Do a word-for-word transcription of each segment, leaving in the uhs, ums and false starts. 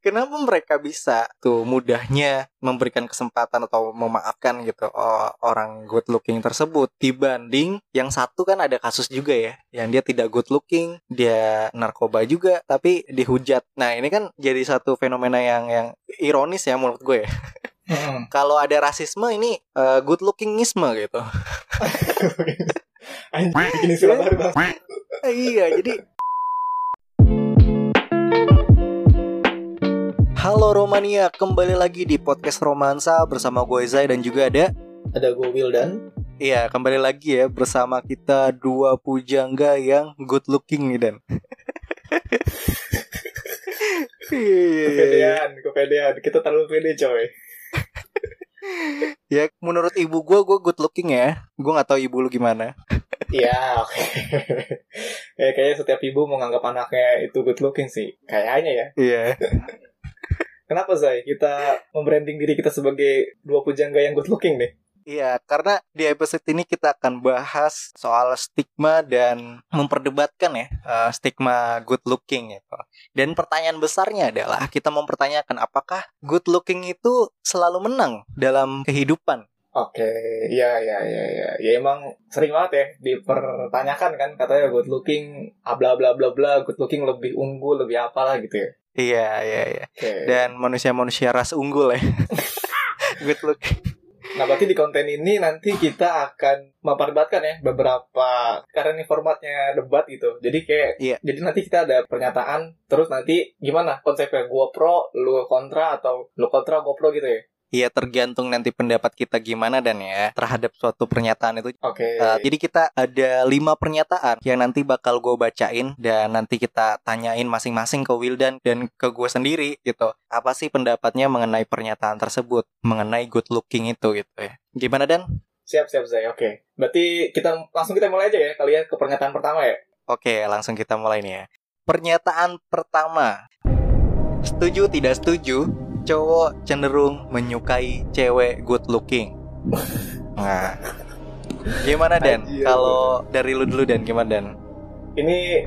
Kenapa mereka bisa tuh mudahnya memberikan kesempatan atau memaafkan gitu oh, orang good looking tersebut dibanding yang satu kan ada kasus juga ya yang dia tidak good looking, dia narkoba juga tapi dihujat. Nah, ini kan jadi satu fenomena yang yang ironis ya menurut gue ya. Hmm. Kalau ada rasisme ini uh, good lookingisme gitu. Anjir, bikin istilah baru banget. Iya, jadi halo Romania, kembali lagi di podcast Romansa bersama gue Zai dan juga ada Ada gue Wildan. Iya, kembali lagi ya bersama kita dua pujangga yang good looking nih Dan. Kepedean, kepedean. Kita terlalu pede coy. Ya, menurut ibu gue, gue good looking ya. Gue gak tahu ibu lu gimana. Iya, oke. Okay. Kayaknya setiap ibu mau nganggap anaknya itu good looking sih. Kayaknya ya. Iya. Kenapa Zai? Kita membranding diri kita sebagai dua pujangga yang good looking nih? Iya, karena di episode ini kita akan bahas soal stigma dan memperdebatkan ya uh, stigma good looking gitu. Dan pertanyaan besarnya adalah kita mempertanyakan apakah good looking itu selalu menang dalam kehidupan? Oke, iya, iya, iya, iya. Ya emang sering banget ya dipertanyakan kan, katanya good looking, bla bla bla bla, good looking lebih unggul, lebih apalah gitu ya. Iya, iya, iya. Okay. Dan manusia-manusia ras unggul ya. Good looking. Nah, berarti di konten ini nanti kita akan memperdebatkan ya beberapa, karena ini formatnya debat gitu. Jadi kayak, iya. Jadi nanti kita ada pernyataan, terus nanti gimana konsepnya, gua pro, lu kontra, atau lu kontra, gua pro gitu ya. Iya, tergantung nanti pendapat kita gimana dan ya terhadap suatu pernyataan itu. Oke. Okay. Uh, jadi kita ada lima pernyataan yang nanti bakal gue bacain dan nanti kita tanyain masing-masing ke Wildan dan ke gue sendiri gitu. Apa sih pendapatnya mengenai pernyataan tersebut, mengenai good looking itu gitu ya. Gimana Dan? Siap, siap saya. Oke. Okay. Berarti kita langsung kita mulai aja ya kali ya ke pernyataan pertama ya. Oke, okay, langsung kita mulai nih ya. Pernyataan pertama. Setuju tidak setuju? Cowok cenderung menyukai cewek good looking. Nah, gimana Dan? Kalau dari lu dulu Dan, gimana Dan? Ini,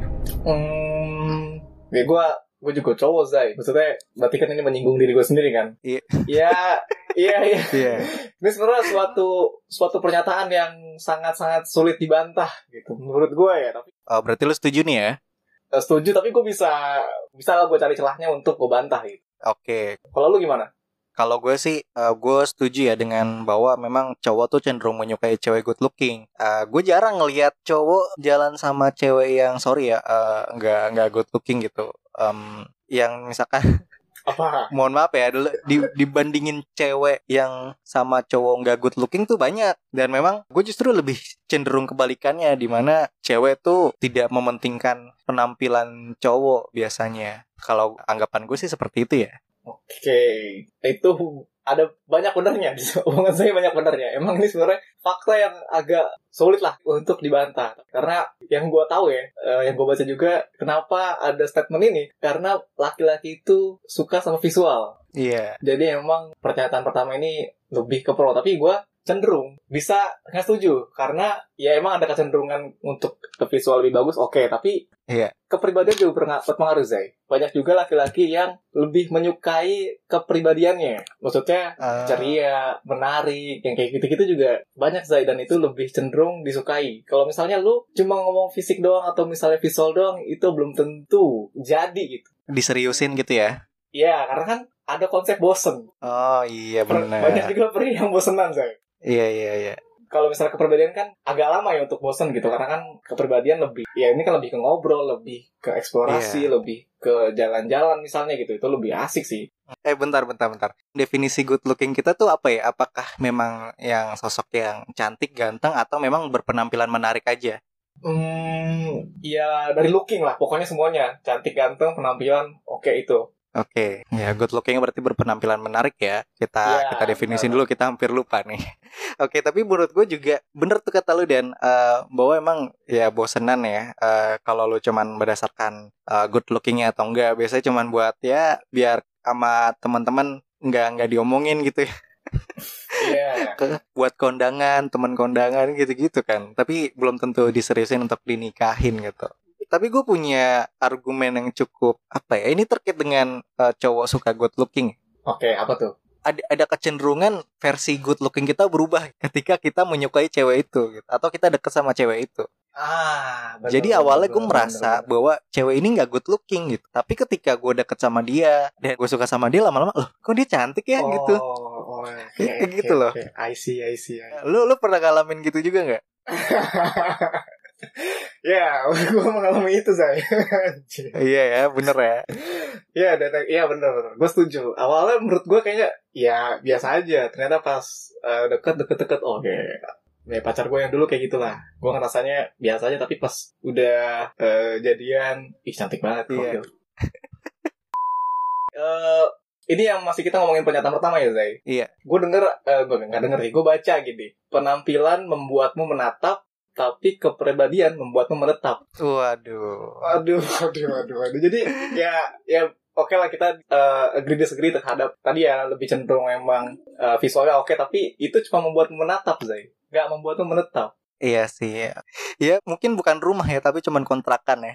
hmm, ya gue, gue juga cowok Zai. Maksudnya, berarti kan ini menyinggung diri gue sendiri kan? Iya. Ya, iya, iya. Iya. Ini sebenarnya suatu suatu pernyataan yang sangat-sangat sulit dibantah gitu, menurut gue ya. Tapi, oh, berarti lu setuju nih ya? Setuju, tapi gue bisa, bisa lah gue cari celahnya untuk gue bantah gitu. Oke. Kalau lu gimana? Kalau gue sih, uh, gue setuju ya dengan bahwa memang cowok tuh cenderung menyukai cewek good looking. Uh, gue jarang ngelihat cowok jalan sama cewek yang sorry ya, uh, nggak nggak good looking gitu. Um, yang misalkan apa? Mohon maaf ya, di, dibandingin cewek yang sama cowok nggak good looking tuh banyak. Dan memang gue justru lebih cenderung kebalikannya, di mana cewek tuh tidak mementingkan penampilan cowok biasanya. Kalau anggapan gue sih seperti itu ya. Oke, itu ada banyak benernya. Omongan saya banyak benernya. Emang ini sebenarnya fakta yang agak sulit lah untuk dibantah. Karena yang gue tahu ya, yang gue baca juga, kenapa ada statement ini? Karena laki-laki itu suka sama visual. Iya. Yeah. Jadi emang pernyataan pertama ini lebih ke pro. Tapi gue cenderung bisa nggak setuju. Karena ya emang ada kecenderungan untuk ke visual lebih bagus, oke. Okay, tapi iya. Kepribadian juga berpengaruh, Zai. Banyak juga laki-laki yang lebih menyukai kepribadiannya. Maksudnya uh. ceria, menarik, yang kayak gitu-gitu juga banyak, Zai. Dan itu lebih cenderung disukai. Kalau misalnya lu cuma ngomong fisik doang atau misalnya visual doang, itu belum tentu jadi gitu. Diseriusin gitu ya? Iya, karena kan ada konsep bosen. Oh iya benar. Banyak juga pria yang bosenan, Zai. Iya, iya, iya. Kalau misalnya kepribadian kan agak lama ya untuk bosan gitu, karena kan kepribadian lebih, ya ini kan lebih ke ngobrol, lebih ke eksplorasi, yeah. lebih ke jalan-jalan misalnya gitu, itu lebih asik sih. Eh bentar, bentar, bentar. Definisi good looking kita tuh apa ya? Apakah memang yang sosok yang cantik, ganteng, atau memang berpenampilan menarik aja? Hmm, ya dari looking lah, pokoknya semuanya. Cantik, ganteng, penampilan, oke okay, itu. Oke, okay. Ya good looking berarti berpenampilan menarik ya. Kita ya, kita definisin dulu, kita hampir lupa nih. Oke, okay, tapi menurut gue juga bener tuh kata lu Dan, uh, bahwa emang ya bosenan ya. Uh, kalau lu cuman berdasarkan uh, good lookingnya atau enggak, biasanya cuman buat ya biar sama teman-teman enggak enggak diomongin gitu ya. Iya. Yeah. Buat kondangan, teman kondangan gitu-gitu kan. Tapi belum tentu diseriusin untuk dinikahin gitu. tapi gue punya argumen yang cukup apa ya? Ini terkait dengan uh, cowok suka good looking. Oke, apa tuh? Ada, ada kecenderungan versi good looking kita berubah ketika kita menyukai cewek itu gitu. Atau kita deket sama cewek itu. Ah, bener, Jadi bener, awalnya gue bener, merasa bener, bener. bahwa cewek ini gak good looking gitu. Tapi ketika gue deket sama dia dan gue suka sama dia, lama-lama loh kok dia cantik ya oh, gitu. Oh, okay, Kayak okay, gitu loh. okay. I see, I see, I see. Lu, lu pernah ngalamin gitu juga gak? Ya, gue mengalami itu saya. Iya ya, bener ya. Iya, iya bener. Gue setuju. Awalnya menurut gue kayaknya ya biasa aja. Ternyata pas uh, deket, deket, deket, oke. Okay. Ya pacar gue yang dulu kayak gitulah. Gue ngerasanya biasa aja, tapi pas udah uh, jadian, ih cantik banget. Iya. uh, ini yang masih kita ngomongin pernyataan pertama ya, Zai. Iya. Gue denger, uh, gue nggak denger sih. Gue baca gini. Penampilan membuatmu menatap, tapi kepribadian membuatmu menetap. Waduh. Aduh, aduh, aduh, aduh. Jadi ya, ya oke okay lah kita uh, agree disagree terhadap tadi ya lebih cenderung memang uh, visualnya oke, okay, tapi itu cuma membuatmu menatap, Zai. Gak membuatmu menetap. Iya sih. Ya. Ya mungkin bukan rumah ya, tapi cuma kontrakan ya.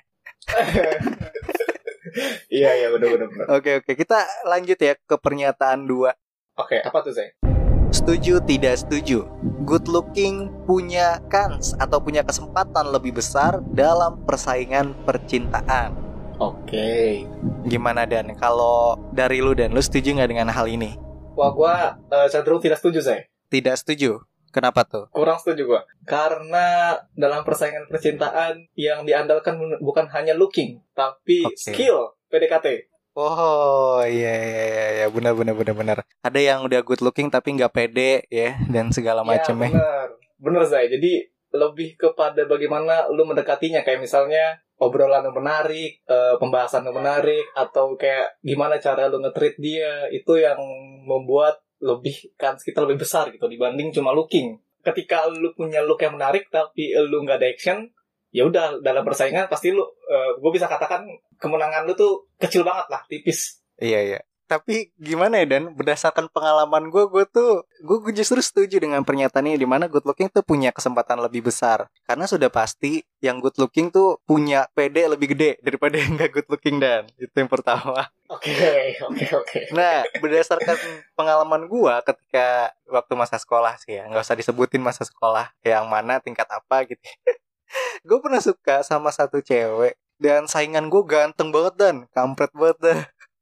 Iya, iya, benar-benar. Oke, oke. Kita lanjut ya ke pernyataan dua. Oke, apa tuh, Zai? Setuju tidak setuju? Good looking punya kans atau punya kesempatan lebih besar dalam persaingan percintaan. Oke. Gimana Dan? Kalau dari lu Dan, lu setuju nggak dengan hal ini? Wah, gua uh, cenderung tidak setuju, Zai. Tidak setuju. Kenapa tuh? Kurang setuju gua. Karena dalam persaingan percintaan yang diandalkan bukan hanya looking, tapi okay. skill P D K T. Oh iya iya iya benar benar benar benar. Ada yang udah good looking tapi nggak pede ya dan segala macamnya. Ya, benar benar Zai. Jadi lebih kepada bagaimana lu mendekatinya, kayak misalnya obrolan yang menarik, uh, pembahasan yang menarik, atau kayak gimana cara lu nge-treat dia, itu yang membuat lebih kans kita lebih besar gitu dibanding cuma looking. Ketika lu punya look yang menarik tapi lu nggak ada action, ya udah dalam persaingan pasti lu, uh, gue bisa katakan kemenangan lu tuh kecil banget lah, tipis. Iya iya. Tapi gimana ya Dan? Berdasarkan pengalaman gue, gue tuh gue, gue justru setuju dengan pernyataan ini, di mana good looking tuh punya kesempatan lebih besar. Karena sudah pasti yang good looking tuh punya P D lebih gede daripada yang gak good looking Dan. Itu yang pertama. Oke oke oke. Nah berdasarkan pengalaman gue ketika waktu masa sekolah sih ya, nggak usah disebutin masa sekolah yang mana tingkat apa gitu. Gue pernah suka sama satu cewek dan saingan gue ganteng banget Dan, kampret banget dah.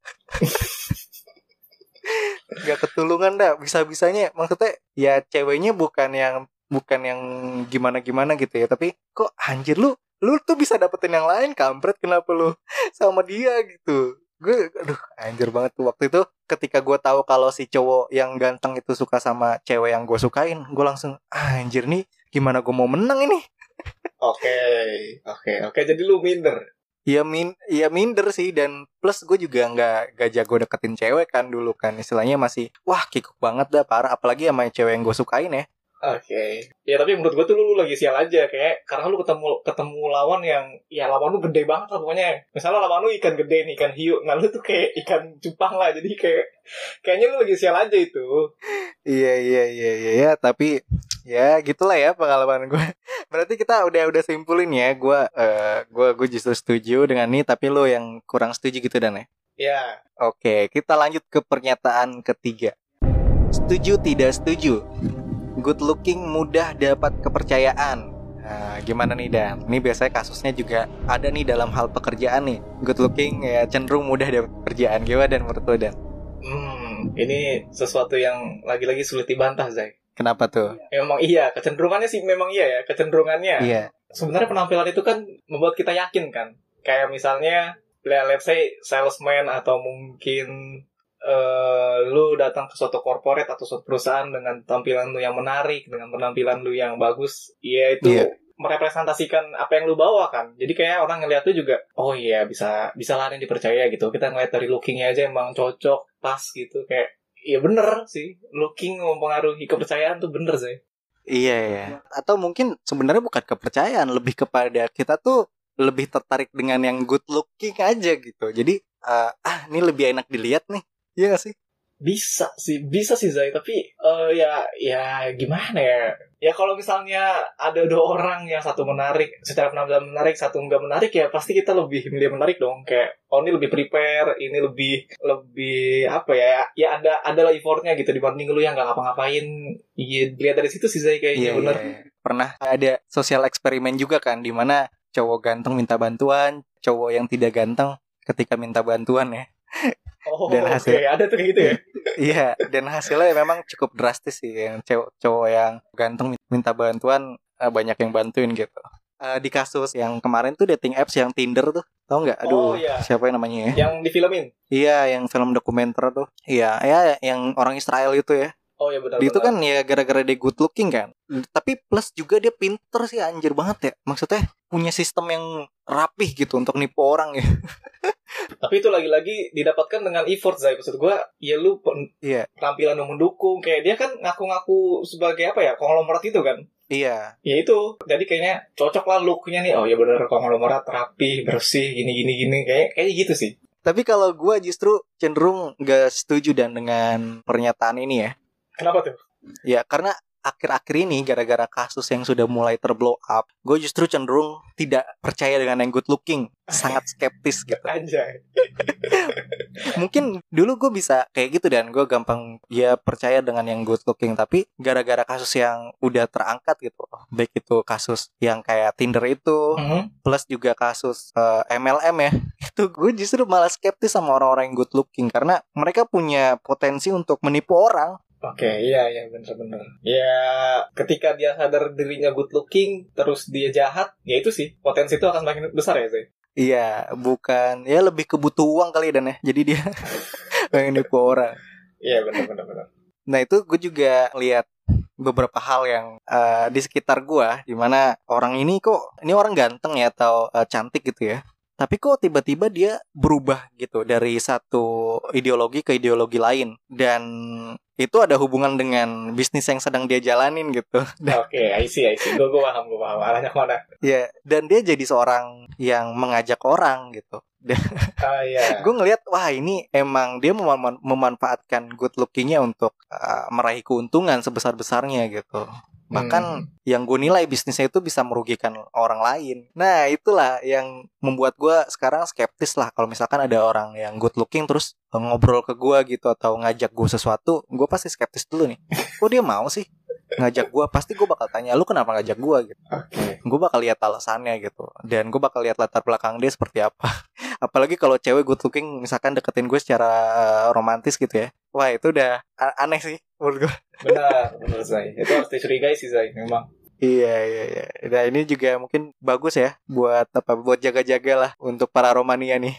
Gak ketulungan dah, bisa-bisanya. Maksudnya ya ceweknya bukan yang bukan yang gimana-gimana gitu ya, tapi kok anjir lu lu tuh bisa dapetin yang lain, kampret, kenapa lu sama dia gitu. Gue aduh anjir banget tuh waktu itu ketika gue tahu kalau si cowok yang ganteng itu suka sama cewek yang gue sukain, gue langsung ah, anjir nih gimana gue mau menang ini. Oke, oke, oke. Jadi lu minder. Ya min, ya minder sih, dan plus gue juga nggak gak jago deketin cewek kan dulu kan, istilahnya masih wah kikuk banget dah parah, apalagi sama cewek yang gue sukain ya. Oke, okay. Ya tapi menurut gue tuh lu, lu lagi sial aja, kayak karena lu ketemu ketemu lawan yang ya lawan lu gede banget lah pokoknya. Misalnya lawan lu ikan gede nih, ikan hiu, nah lu tuh kayak ikan cupang lah, jadi kayak kayaknya lu lagi sial aja itu. Iya iya iya iya ya, tapi ya gitulah ya pengalaman gue. Berarti kita udah udah simpulin ya, gue uh, gue gue justru setuju dengan ini, tapi lu yang kurang setuju gitu Dan ya. Iya. Oke, kita lanjut ke pernyataan ketiga. Setuju tidak setuju? Good looking mudah dapat kepercayaan. Nah, gimana nih Dan? Ini biasanya kasusnya juga ada nih dalam hal pekerjaan nih. Good looking ya cenderung mudah dapat pekerjaan. Gimana Dan menurut lo Dan? Hmm, ini sesuatu yang lagi-lagi sulit dibantah, Zai. Kenapa tuh? Ya, memang iya, kecenderungannya sih memang iya ya, kecenderungannya. Iya. Sebenarnya penampilan itu kan membuat kita yakin kan. Kayak misalnya, let's say salesman atau mungkin Uh, lu datang ke suatu corporate atau suatu perusahaan dengan tampilan lu yang menarik, dengan penampilan lu yang bagus, ya itu yeah. merepresentasikan apa yang lu bawa kan. Jadi kayak orang ngeliat tuh juga, oh iya bisa bisa lah yang dipercaya gitu. Kita ngeliat dari lookingnya aja emang cocok, pas gitu. Kayak, ya bener sih, looking mempengaruhi kepercayaan tuh bener sih. Iya ya. Atau mungkin sebenarnya bukan kepercayaan, lebih kepada kita tuh lebih tertarik dengan yang good looking aja gitu. Jadi uh, ah ini lebih enak dilihat nih. Iya gak sih? Bisa sih, bisa sih Zai. Tapi uh, ya, ya gimana ya? Ya kalau misalnya ada dua orang yang satu menarik, secara penampilan menarik, satu enggak menarik, ya pasti kita lebih milih menarik dong. Kayak oh ini lebih prepare, ini lebih lebih apa ya? Ya ada adalah effortnya gitu dibanding lu yang nggak ngapa-ngapain. Iya, dilihat dari situ sih Zai kayaknya Iya, bener. iya. Pernah ada sosial eksperimen juga kan, di mana cowok ganteng minta bantuan, cowok yang tidak ganteng ketika minta bantuan ya. Oh, Dan oke, hasil ada tuh kayak gitu ya. iya, dan hasilnya memang cukup drastis sih, yang cowok cowok yang ganteng minta bantuan eh, banyak yang bantuin gitu. Eh, di kasus yang kemarin tuh dating apps yang Tinder tuh, tau nggak? Oh Aduh, iya, siapa yang namanya ya? yang difilmin. Iya, yang film dokumenter tuh. Iya, ya yang orang Israel itu ya. Oh ya benar. Dia itu benar. kan ya gara-gara dia good looking kan. Tapi plus juga dia pinter sih, anjir banget ya. Maksudnya punya sistem yang rapih gitu untuk nipu orang ya. Tapi itu lagi-lagi didapatkan dengan effort Zai. Maksud gue, ya lu pen- Iya, penampilan yang mendukung. Kayak dia kan ngaku-ngaku sebagai apa ya, konglomerat itu kan. iya. Ya itu, jadi kayaknya cocok lah looknya nih. Oh ya bener, konglomerat rapi, bersih, gini-gini gini. Kayak kayak gitu sih. Tapi kalau gue justru cenderung gak setuju dan dengan pernyataan ini ya. Kenapa tuh? Ya karena akhir-akhir ini gara-gara kasus yang sudah mulai terblow up, gue justru cenderung tidak percaya dengan yang good looking, sangat skeptis gitu. Anjay. Mungkin dulu gue bisa kayak gitu dan gue gampang ya percaya dengan yang good looking, tapi gara-gara kasus yang udah terangkat gitu, baik itu kasus yang kayak Tinder itu, Mm-hmm. plus juga kasus uh, M L M ya, itu gue justru malah skeptis sama orang-orang yang good looking karena mereka punya potensi untuk menipu orang. Oke, iya, iya, bener-bener. Ya, ketika dia sadar dirinya good looking, terus dia jahat, ya itu sih, potensi itu akan semakin besar ya, Zai? Iya, bukan, ya lebih ke butuh uang kali dan ya, jadi dia pengen nipu orang. Iya, bener-bener. bener. Nah itu gue juga lihat beberapa hal yang uh, di sekitar gue, dimana orang ini kok, ini orang ganteng ya atau uh, cantik gitu ya, tapi kok tiba-tiba dia berubah gitu dari satu ideologi ke ideologi lain, dan itu ada hubungan dengan bisnis yang sedang dia jalanin gitu. Oke, I see, I see. Gue gue paham, gue paham. Arahnya kemana? Ya, dan dia jadi seorang yang mengajak orang gitu. Ah, iya. Gue ngelihat wah ini emang dia mem- memanfaatkan good lookingnya untuk uh, meraih keuntungan sebesar-besarnya gitu. Bahkan Hmm. yang gue nilai bisnisnya itu bisa merugikan orang lain. Nah itulah yang membuat gue sekarang skeptis lah. Kalau misalkan ada orang yang good looking terus ngobrol ke gue gitu atau ngajak gue sesuatu, gue pasti skeptis dulu nih. Kok dia mau sih ngajak gue? Pasti gue bakal tanya, lu kenapa ngajak gue gitu. Oke. Gue bakal lihat alasannya gitu. Dan gue bakal lihat latar belakang dia seperti apa. Apalagi kalau cewek good looking misalkan deketin gue secara uh, romantis gitu ya. Wah itu udah a- aneh sih menurut gue. Benar, benar, Zai. Itu harus dicurigai sih, Zai, memang. Iya iya iya. Nah ini juga mungkin bagus ya buat apa? Buat jaga-jaga lah untuk para Romania nih.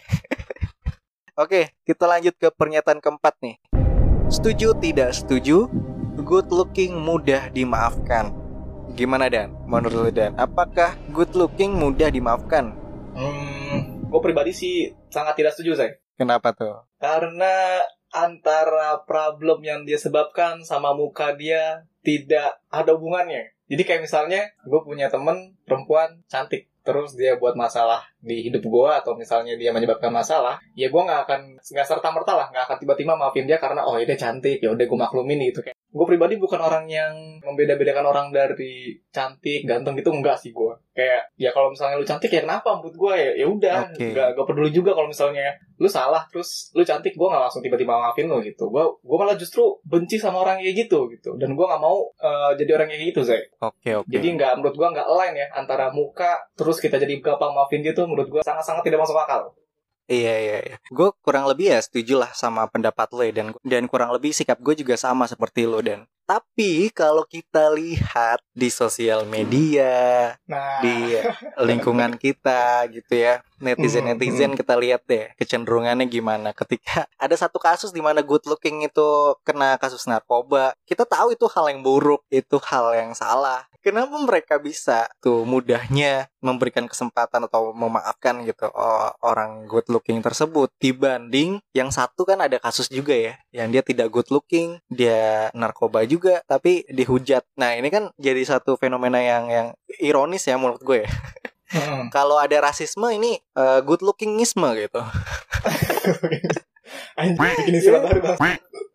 Oke, kita lanjut ke pernyataan keempat nih. Setuju tidak setuju? Good looking mudah dimaafkan. Gimana Dan? Menurut lu Dan, apakah good looking mudah dimaafkan? Hmm, gue pribadi sih sangat tidak setuju, Zai. Kenapa tuh? Karena antara problem yang dia sebabkan sama muka dia tidak ada hubungannya. Jadi kayak misalnya gue punya temen perempuan cantik, terus dia buat masalah di hidup gue atau misalnya dia menyebabkan masalah, ya gue nggak akan nggak serta merta lah nggak akan tiba-tiba maafin dia karena oh dia cantik, ya udah gue maklumin gitu. Kayak gue pribadi bukan orang yang membeda-bedakan orang dari cantik ganteng gitu, enggak sih gue. Kayak ya kalau misalnya lu cantik ya kenapa, menurut gue ya ya udah, Oke. nggak gue peduli juga kalau misalnya lu salah terus lu cantik, gue nggak langsung tiba-tiba maafin lu gitu. Gue gue malah justru benci sama orang kayak gitu gitu, dan gue nggak mau uh, jadi orang kayak gitu, Zai. Oke oke. Jadi nggak, menurut gue nggak align ya antara muka terus kita jadi gampang maafin gitu. Menurut gue sangat-sangat tidak masuk akal. Iya iya iya. Gue kurang lebih ya setuju lah sama pendapat lo ya, dan dan kurang lebih sikap gue juga sama seperti lo Dan. Tapi kalau kita lihat di sosial media, Nah, di lingkungan kita gitu ya, netizen-netizen, kita lihat deh kecenderungannya gimana ketika ada satu kasus di mana good looking itu kena kasus narkoba. Kita tahu itu hal yang buruk, itu hal yang salah. Kenapa mereka bisa tuh mudahnya memberikan kesempatan atau memaafkan gitu oh, orang good looking tersebut, dibanding yang satu kan ada kasus juga ya, yang dia tidak good looking, dia narkoba juga tapi dihujat. Nah ini kan jadi satu fenomena yang yang ironis ya menurut gue ya. hmm. Kalau ada rasisme ini uh, good lookingisme gitu. Anjir, bikin istilah baru bang.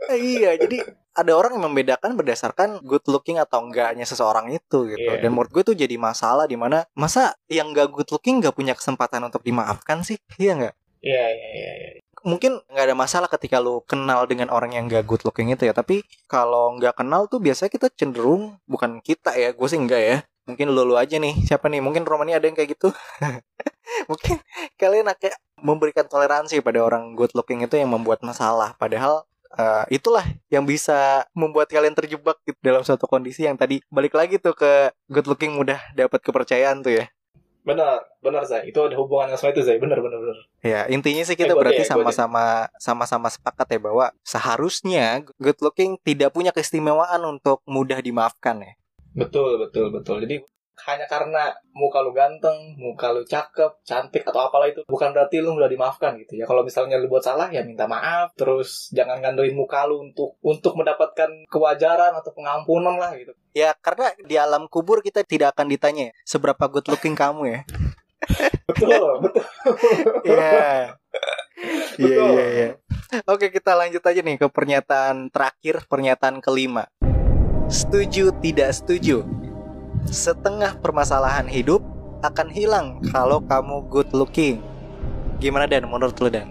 Iya, jadi ada orang yang membedakan berdasarkan good looking atau enggaknya seseorang itu gitu. Yeah. Dan menurut gue tuh jadi masalah di mana masa yang enggak good looking enggak punya kesempatan untuk dimaafkan sih? Iya enggak? Iya, iya, iya, iya. Mungkin nggak ada masalah ketika lu kenal dengan orang yang nggak good looking itu ya. Tapi kalau nggak kenal tuh biasanya kita cenderung, bukan kita ya, gue sih enggak ya. Mungkin lu, lu aja nih, siapa nih? Mungkin Romani ada yang kayak gitu. Mungkin kalian kayak memberikan toleransi pada orang good looking itu yang membuat masalah. Padahal uh, itulah yang bisa membuat kalian terjebak gitu dalam suatu kondisi yang tadi balik lagi tuh ke good looking mudah dapat kepercayaan tuh ya. Benar, benar Zai. Itu ada hubungannya sama itu Zai. Benar, benar, benar. Ya, intinya sih kita eh, berarti ya, sama-sama sama-sama sepakat ya bahwa seharusnya good looking tidak punya keistimewaan untuk mudah dimaafkan ya. Betul, betul, betul. Jadi hanya karena muka lu ganteng, muka lu cakep, cantik atau apalah itu, bukan berarti lu mudah dimaafkan gitu ya. Kalau misalnya lu buat salah ya minta maaf, terus jangan ngandelin muka lu untuk untuk mendapatkan kewajaran atau pengampunan lah gitu. Ya, karena di alam kubur kita tidak akan ditanya seberapa good looking kamu ya. Betul, betul. Iya. Iya, iya, iya. Oke, kita lanjut aja nih ke pernyataan terakhir, pernyataan kelima. Setuju tidak setuju? Setengah permasalahan hidup akan hilang kalau kamu good looking. Gimana Dan, menurut lu Dan?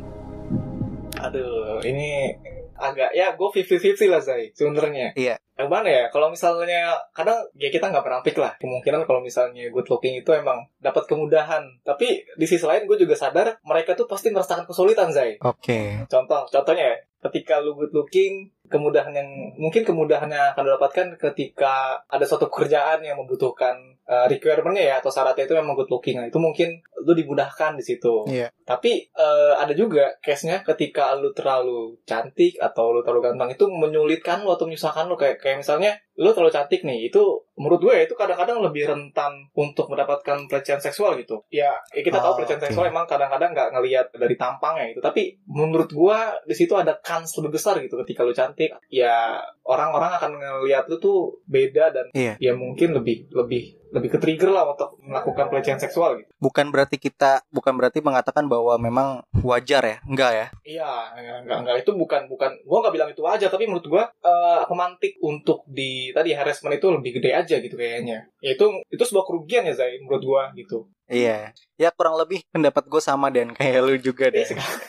Aduh, ini agak ya gue fifty fifty lah Zai sebenarnya. Iya. Yang mana ya? Kalau misalnya kadang ya kita nggak pernah pick lah. Kemungkinan kalau misalnya good looking itu emang dapat kemudahan. Tapi di sisi lain gue juga sadar mereka tuh pasti merasakan kesulitan Zai. Oke. Okay. Contoh, contohnya ya. Ketika lu good looking, kemudahan yang mungkin kemudahannya akan didapatkan ketika ada suatu pekerjaan yang membutuhkan uh, requirement-nya ya atau syaratnya itu memang good looking. Nah, itu mungkin lu dimudahkan di situ. Iya. Tapi uh, ada juga case-nya ketika lu terlalu cantik atau lu terlalu ganteng itu menyulitkan lu atau menyusahkan lu kayak kayak misalnya lu terlalu cantik nih, itu menurut gue itu kadang-kadang lebih rentan untuk mendapatkan pelecehan seksual gitu. Ya, ya kita tahu oh, pelecehan okay. seksual emang kadang-kadang nggak ngelihat dari tampangnya itu, tapi menurut gue di situ ada kans lebih besar gitu ketika lu cantik. Ya orang-orang akan ngelihat lu tuh beda dan iya. ya mungkin lebih lebih lebih ke-trigger lah untuk melakukan pelecehan seksual gitu. Bukan berarti kita bukan berarti mengatakan bahwa memang wajar ya, enggak ya? Iya, enggak enggak itu bukan bukan gua enggak bilang itu wajar, tapi menurut gua uh, pemantik untuk di tadi harassment itu lebih gede aja gitu kayaknya. Ya itu itu sebuah kerugian ya Zai menurut gua gitu. Iya. Ya kurang lebih pendapat gua sama Dan kayak lu juga deh.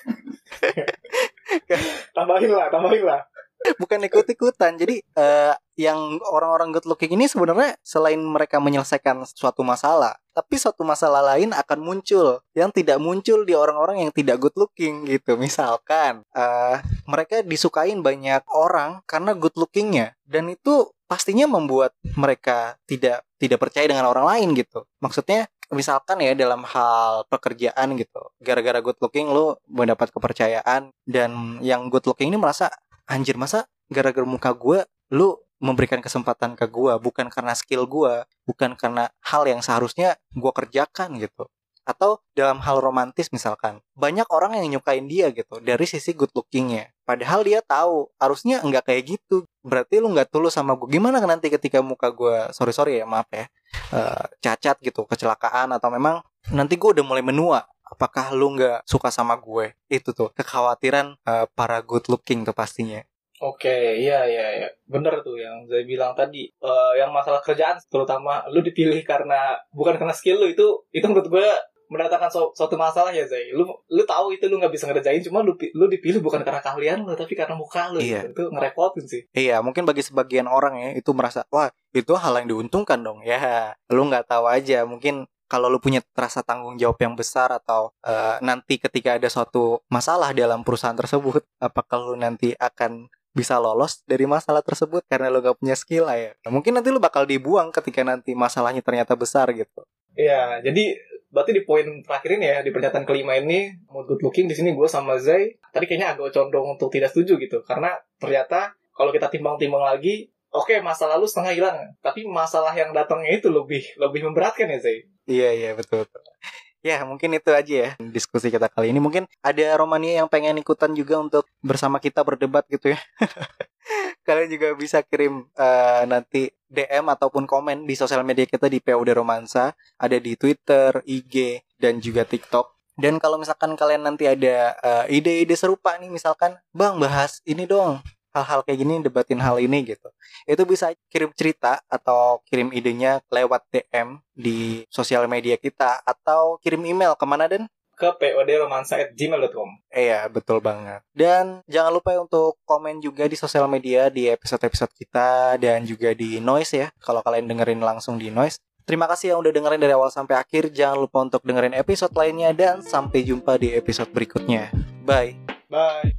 tambahin lah, tambahin lah. Bukan ikut-ikutan. Jadi uh, yang orang-orang good looking ini sebenarnya selain mereka menyelesaikan suatu masalah, tapi suatu masalah lain akan muncul yang tidak muncul di orang-orang yang tidak good looking gitu. Misalkan uh, mereka disukain banyak orang karena good lookingnya, dan itu pastinya membuat mereka tidak tidak percaya dengan orang lain gitu. Maksudnya misalkan ya dalam hal pekerjaan gitu, gara-gara good looking lu mendapat kepercayaan, dan yang good looking ini merasa anjir, masa gara-gara muka gue lu memberikan kesempatan ke gue, bukan karena skill gue, bukan karena hal yang seharusnya gue kerjakan gitu. Atau dalam hal romantis misalkan, banyak orang yang nyukain dia gitu dari sisi good lookingnya, padahal dia tahu harusnya enggak kayak gitu. Berarti lu nggak tulus sama gue. Gimana nanti ketika muka gue sorry sorry ya maaf ya uh, cacat gitu, kecelakaan, atau memang nanti gue udah mulai menua, apakah lu nggak suka sama gue? Itu tuh kekhawatiran uh, para good looking tuh pastinya. Oke, iya, iya, iya. Bener tuh yang saya bilang tadi. Uh, yang masalah kerjaan terutama, lu dipilih karena bukan karena skill lu, itu itu menurut gue mendatangkan su- suatu masalah ya Zai. Lu lu tahu itu lu nggak bisa ngerjain, cuma lu lu dipilih bukan karena keahlian lu, tapi karena muka lu. Iya. Gitu. Itu ngerepotin sih. Iya, mungkin bagi sebagian orang ya itu merasa wah itu hal yang diuntungkan dong. Ya, lu nggak tahu aja. Mungkin kalau lu punya rasa tanggung jawab yang besar, atau uh, nanti ketika ada suatu masalah dalam perusahaan tersebut, apakah lu nanti akan bisa lolos dari masalah tersebut karena lu gak punya skill lah ya. Nah, mungkin nanti lu bakal dibuang ketika nanti masalahnya ternyata besar gitu. Iya, jadi berarti di poin terakhir ini ya, di pernyataan kelima ini, mau good looking, di sini gue sama Zai tadi kayaknya agak condong untuk tidak setuju gitu, karena ternyata kalau kita timbang-timbang lagi, oke okay, masa lalu setengah hilang, tapi masalah yang datangnya itu lebih lebih memberatkan ya Zai. Iya iya betul betul. Ya mungkin itu aja ya diskusi kita kali ini. Mungkin ada Romania yang pengen ikutan juga untuk bersama kita berdebat gitu ya. Kalian juga bisa kirim uh, nanti D M ataupun komen di sosial media kita di P O D Romansa. Ada di Twitter, I G, dan juga TikTok. Dan kalau misalkan kalian nanti ada uh, ide-ide serupa nih, misalkan Bang bahas ini dong, hal-hal kayak gini, debatin hal ini gitu, itu bisa kirim cerita atau kirim idenya lewat D M di sosial media kita atau kirim email kemana Den? Ke podromansa at gmail dot com. Iya, betul banget. Dan jangan lupa untuk komen juga di sosial media di episode-episode kita dan juga di Noise ya. Kalau kalian dengerin langsung di Noise. Terima kasih yang udah dengerin dari awal sampai akhir. Jangan lupa untuk dengerin episode lainnya dan sampai jumpa di episode berikutnya. Bye. Bye.